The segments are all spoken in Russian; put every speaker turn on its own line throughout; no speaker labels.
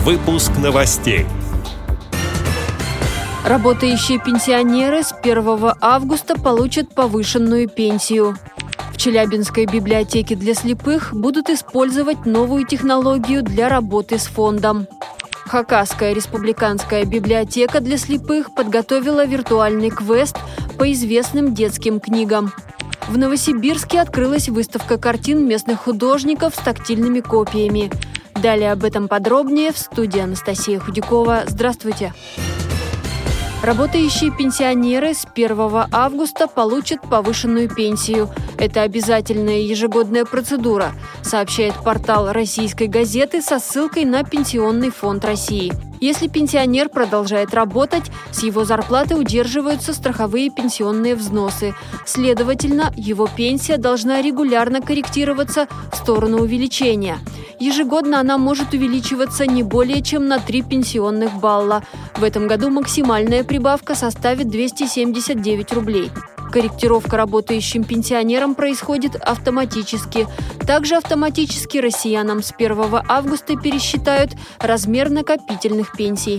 Выпуск новостей.
Работающие пенсионеры с 1 августа получат повышенную пенсию. В Челябинской библиотеке для слепых будут использовать новую технологию для работы с фондом. Хакасская республиканская библиотека для слепых подготовила виртуальный квест по известным детским книгам. В Новосибирске открылась выставка картин местных художников с тактильными копиями. Далее об этом подробнее в студии Анастасия Худякова. Здравствуйте! Работающие пенсионеры с 1 августа получат повышенную пенсию. Это обязательная ежегодная процедура, сообщает портал российской газеты со ссылкой на Пенсионный фонд России. Если пенсионер продолжает работать, с его зарплаты удерживаются страховые пенсионные взносы. Следовательно, его пенсия должна регулярно корректироваться в сторону увеличения. Ежегодно она может увеличиваться не более чем на 3 пенсионных балла. В этом году максимальная прибавка составит 279 рублей. Корректировка работающим пенсионерам происходит автоматически. Также автоматически россиянам с 1 августа пересчитают размер накопительных пенсий.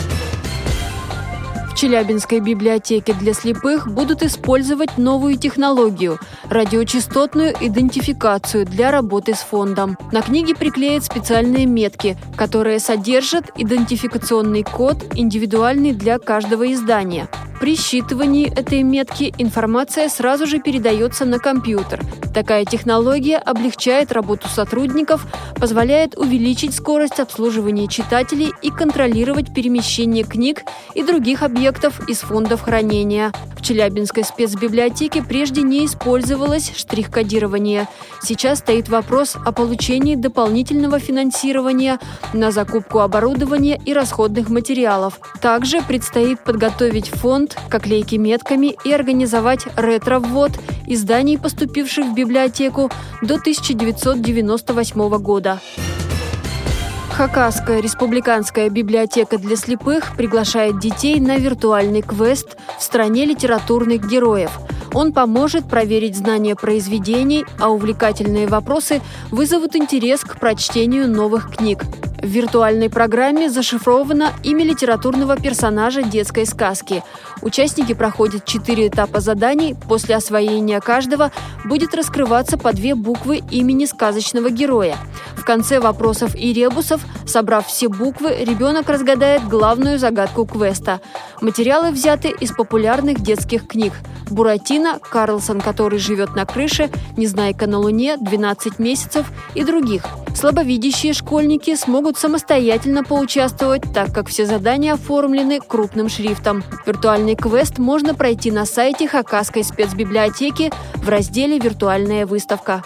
В Челябинской библиотеке для слепых будут использовать новую технологию – радиочастотную идентификацию для работы с фондом. На книге приклеят специальные метки, которые содержат идентификационный код, индивидуальный для каждого издания. При считывании этой метки информация сразу же передается на компьютер. Такая технология облегчает работу сотрудников, позволяет увеличить скорость обслуживания читателей и контролировать перемещение книг и других объектов из фондов хранения. В Челябинской спецбиблиотеке прежде не использовалось штрих-кодирование. Сейчас стоит вопрос о получении дополнительного финансирования на закупку оборудования и расходных материалов. Также предстоит подготовить фонд к оклейке метками и организовать ретро-ввод изданий, поступивших в библиотеку до 1998 года. Хакасская республиканская библиотека для слепых приглашает детей на виртуальный квест в стране литературных героев. Он поможет проверить знания произведений, а увлекательные вопросы вызовут интерес к прочтению новых книг. В виртуальной программе зашифровано имя литературного персонажа детской сказки. Участники проходят 4 этапа заданий. После освоения каждого будет раскрываться по 2 буквы имени сказочного героя. В конце вопросов и ребусов, собрав все буквы, ребенок разгадает главную загадку квеста. Материалы взяты из популярных детских книг: «Буратино», «Карлсон, который живет на крыше», «Незнайка на Луне», «12 месяцев» и других. Слабовидящие школьники смогут самостоятельно поучаствовать, так как все задания оформлены крупным шрифтом. Виртуальный квест можно пройти на сайте Хакасской спецбиблиотеки в разделе «Виртуальная выставка».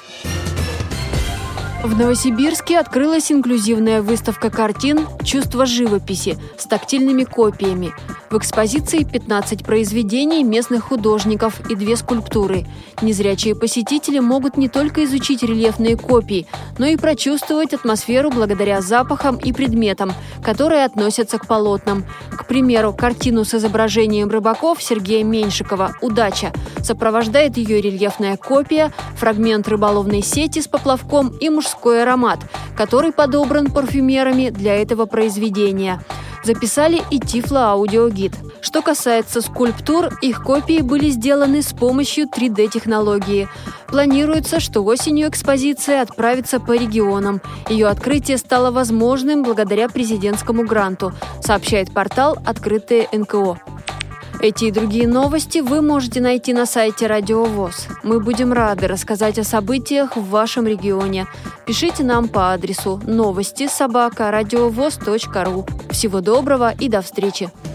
В Новосибирске открылась инклюзивная выставка картин «Чувство живописи» с тактильными копиями. В экспозиции 15 произведений местных художников и 2 скульптуры. Незрячие посетители могут не только изучить рельефные копии, но и прочувствовать атмосферу благодаря запахам и предметам, которые относятся к полотнам. К примеру, картину с изображением рыбаков Сергея Меньшикова «Удача» сопровождает ее рельефная копия, фрагмент рыболовной сети с поплавком и мужской аромат, который подобран парфюмерами для этого произведения. Записали и тифлоаудиогид. Что касается скульптур, их копии были сделаны с помощью 3D-технологии. Планируется, что осенью экспозиция отправится по регионам. Ее открытие стало возможным благодаря президентскому гранту, сообщает портал «Открытое НКО». Эти и другие новости вы можете найти на сайте Радио ВОС. Мы будем рады рассказать о событиях в вашем регионе. Пишите нам по адресу новости@радиовос.ру. Всего доброго и до встречи!